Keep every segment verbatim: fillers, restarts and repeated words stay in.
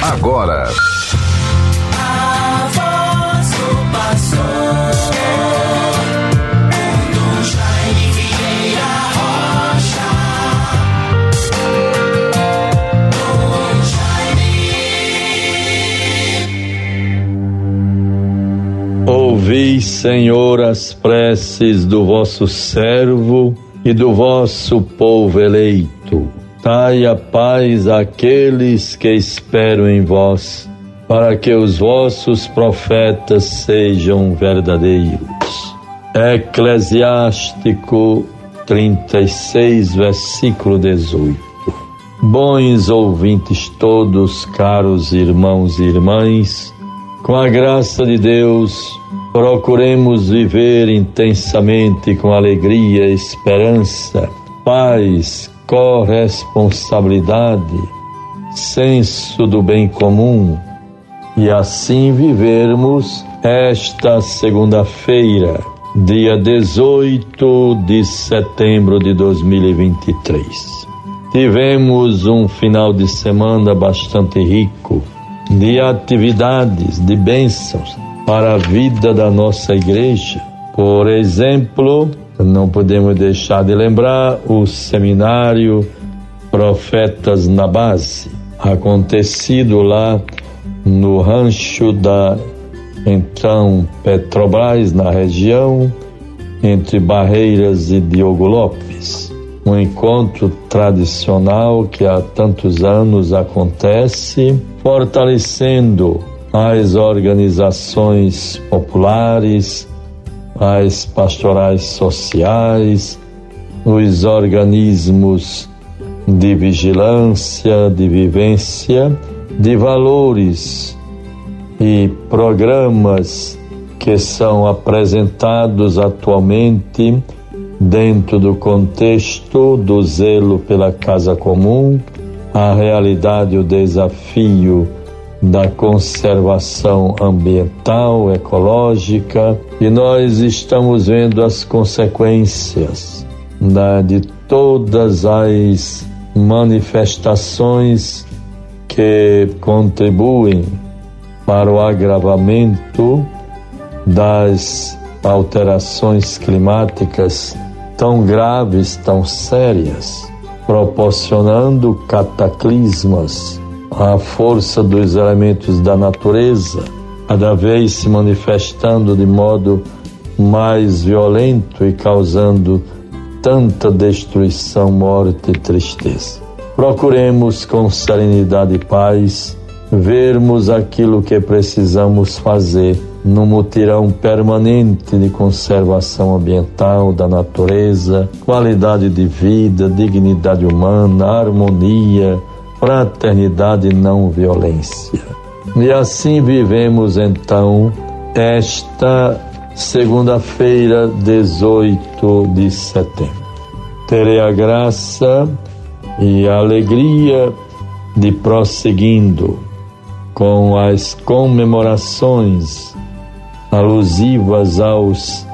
agora. A voz do pastor, Dom Jaime Vieira Rocha. Dom Jaime. Ouvi, Senhor, as preces do vosso servo e do vosso povo eleito. Dai a paz àqueles que esperam em vós, para que os vossos profetas sejam verdadeiros. Eclesiástico trinta e seis, versículo dezoito. Bons ouvintes todos, caros irmãos e irmãs, com a graça de Deus, procuremos viver intensamente com alegria, esperança, paz, corresponsabilidade, senso do bem comum, e assim vivermos esta segunda-feira, dia dezoito de setembro de dois mil e vinte e três. Tivemos um final de semana bastante rico de atividades, de bênçãos para a vida da nossa igreja. Por exemplo, não podemos deixar de lembrar o seminário Profetas na Base, acontecido lá no rancho da então Petrobras, na região entre Barreiras e Diogo Lopes. Um encontro tradicional que há tantos anos acontece, fortalecendo as organizações populares, as pastorais sociais, os organismos de vigilância, de vivência, de valores e programas que são apresentados atualmente dentro do contexto do zelo pela casa comum, a realidade e o desafio da conservação ambiental, ecológica, e nós estamos vendo as consequências da, de todas as manifestações que contribuem para o agravamento das alterações climáticas tão graves, tão sérias, proporcionando cataclismas. A força dos elementos da natureza cada vez se manifestando de modo mais violento e causando tanta destruição, morte e tristeza. Procuremos com serenidade e paz vermos aquilo que precisamos fazer no mutirão permanente de conservação ambiental da natureza, qualidade de vida, dignidade humana, harmonia, fraternidade e não violência. E assim vivemos então esta segunda-feira, dezoito de setembro. Terei a graça e a alegria de prosseguindo com as comemorações alusivas aos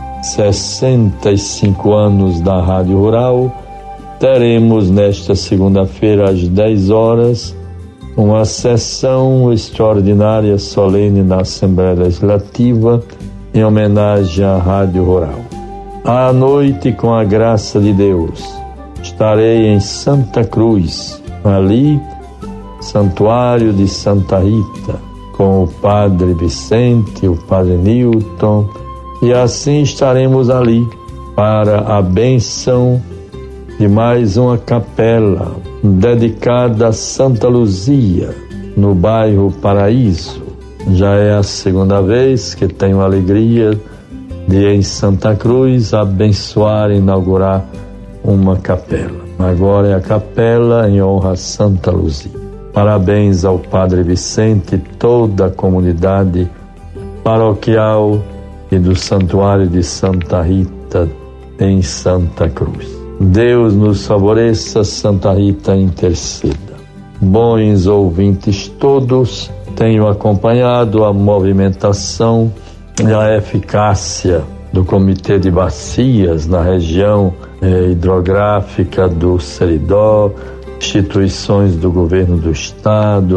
sessenta e cinco anos da Rádio Rural. Teremos nesta segunda-feira às dez horas uma sessão extraordinária solene na Assembleia Legislativa em homenagem à Rádio Rural. À noite, com a graça de Deus, estarei em Santa Cruz, ali, Santuário de Santa Rita, com o Padre Vicente, o Padre Newton, e assim estaremos ali para a bênção de mais uma capela dedicada a Santa Luzia, no bairro Paraíso. Já é a segunda vez que tenho a alegria de, em Santa Cruz, abençoar e inaugurar uma capela. Agora é a capela em honra a Santa Luzia. Parabéns ao Padre Vicente e toda a comunidade paroquial e do Santuário de Santa Rita em Santa Cruz. Deus nos favoreça, Santa Rita interceda. Bons ouvintes todos, tenho acompanhado a movimentação e a eficácia do Comitê de Bacias na região eh, hidrográfica do Seridó, instituições do governo do estado,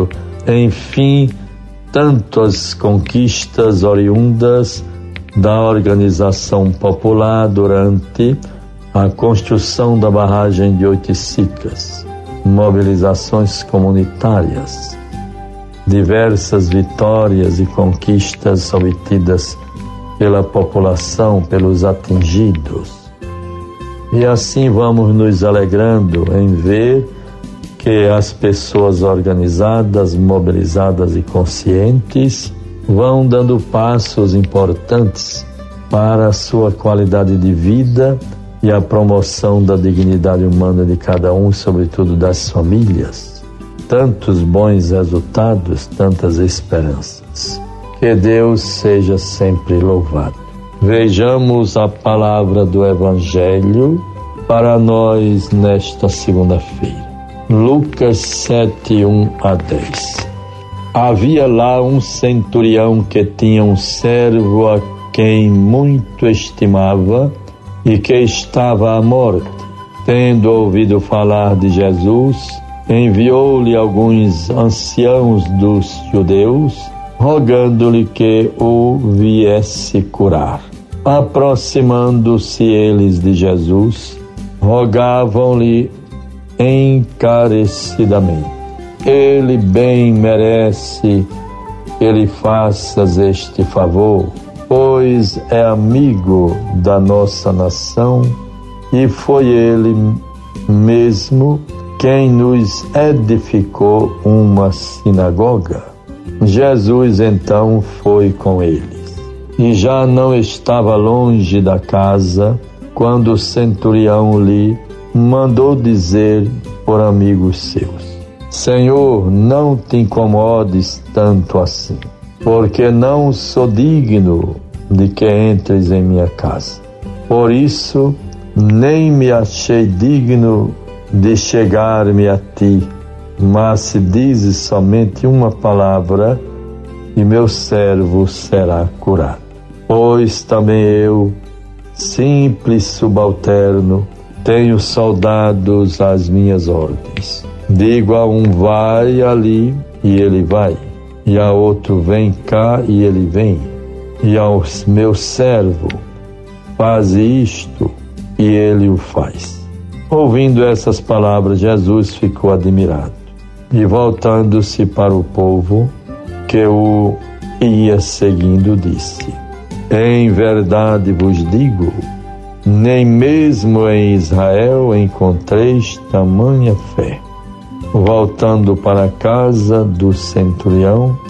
enfim, tantas conquistas oriundas da organização popular durante a construção da barragem de Oiticica, mobilizações comunitárias, diversas vitórias e conquistas obtidas pela população, pelos atingidos. E assim vamos nos alegrando em ver que as pessoas organizadas, mobilizadas e conscientes vão dando passos importantes para a sua qualidade de vida e a promoção da dignidade humana de cada um, sobretudo das famílias. Tantos bons resultados, tantas esperanças. Que Deus seja sempre louvado. Vejamos a palavra do Evangelho para nós nesta segunda-feira. Lucas sete, um a dez. Havia lá um centurião que tinha um servo a quem muito estimava e que estava à morte. Tendo ouvido falar de Jesus, enviou-lhe alguns anciãos dos judeus, rogando-lhe que o viesse curar. Aproximando-se eles de Jesus, rogavam-lhe encarecidamente: ele bem merece que lhe faças este favor, pois é amigo da nossa nação e foi ele mesmo quem nos edificou uma sinagoga. Jesus então foi com eles e já não estava longe da casa quando o centurião lhe mandou dizer por amigos seus: Senhor, não te incomodes tanto assim, porque não sou digno de que entres em minha casa. Por isso, nem me achei digno de chegar-me a ti, mas se dizes somente uma palavra, e meu servo será curado. Pois também eu, simples subalterno, tenho soldados às minhas ordens. Digo a um vai ali, e ele vai, e a outro vem cá, e ele vem, e ao meu servo faz isto, e ele o faz. Ouvindo essas palavras, Jesus ficou admirado e, voltando-se para o povo que o ia seguindo, disse: em verdade vos digo, nem mesmo em Israel encontreis tamanha fé. Voltando para a casa do centurião,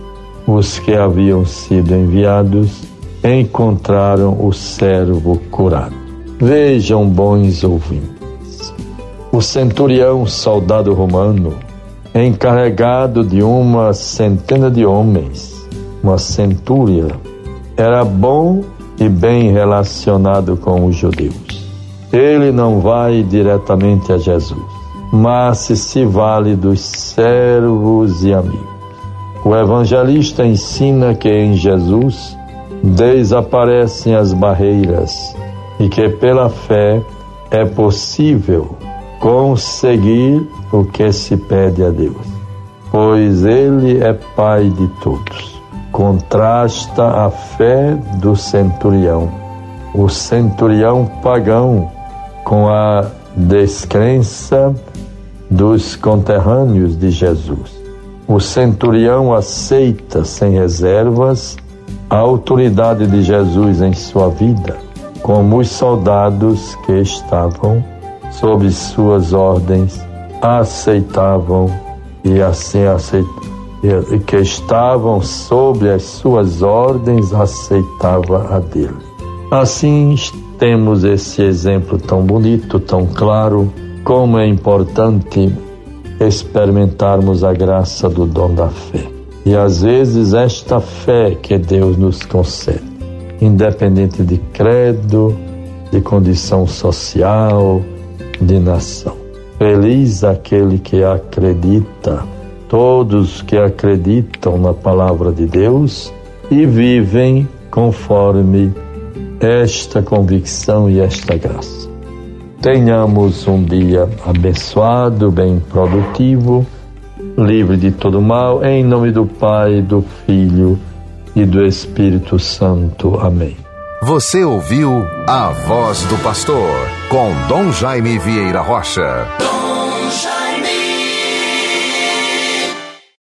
os que haviam sido enviados encontraram o servo curado. Vejam, bons ouvintes, o centurião, soldado romano, encarregado de uma centena de homens, uma centúria, era bom e bem relacionado com os judeus. Ele não vai diretamente a Jesus, mas se vale dos servos e amigos. O evangelista ensina que em Jesus desaparecem as barreiras e que pela fé é possível conseguir o que se pede a Deus, pois Ele é Pai de todos. Contrasta a fé do centurião, o centurião pagão, com a descrença dos conterrâneos de Jesus. O centurião aceita sem reservas a autoridade de Jesus em sua vida, como os soldados que estavam sob suas ordens aceitavam e assim aceitavam, que estavam sob as suas ordens aceitava a dele. Assim temos esse exemplo tão bonito, tão claro, como é importante experimentarmos a graça do dom da fé. E às vezes esta fé que Deus nos concede, independente de credo, de condição social, de nação. Feliz aquele que acredita, todos que acreditam na palavra de Deus e vivem conforme esta convicção e esta graça. Tenhamos um dia abençoado, bem produtivo, livre de todo mal, em nome do Pai, do Filho e do Espírito Santo. Amém. Você ouviu A Voz do Pastor, com Dom Jaime Vieira Rocha. Dom Jaime.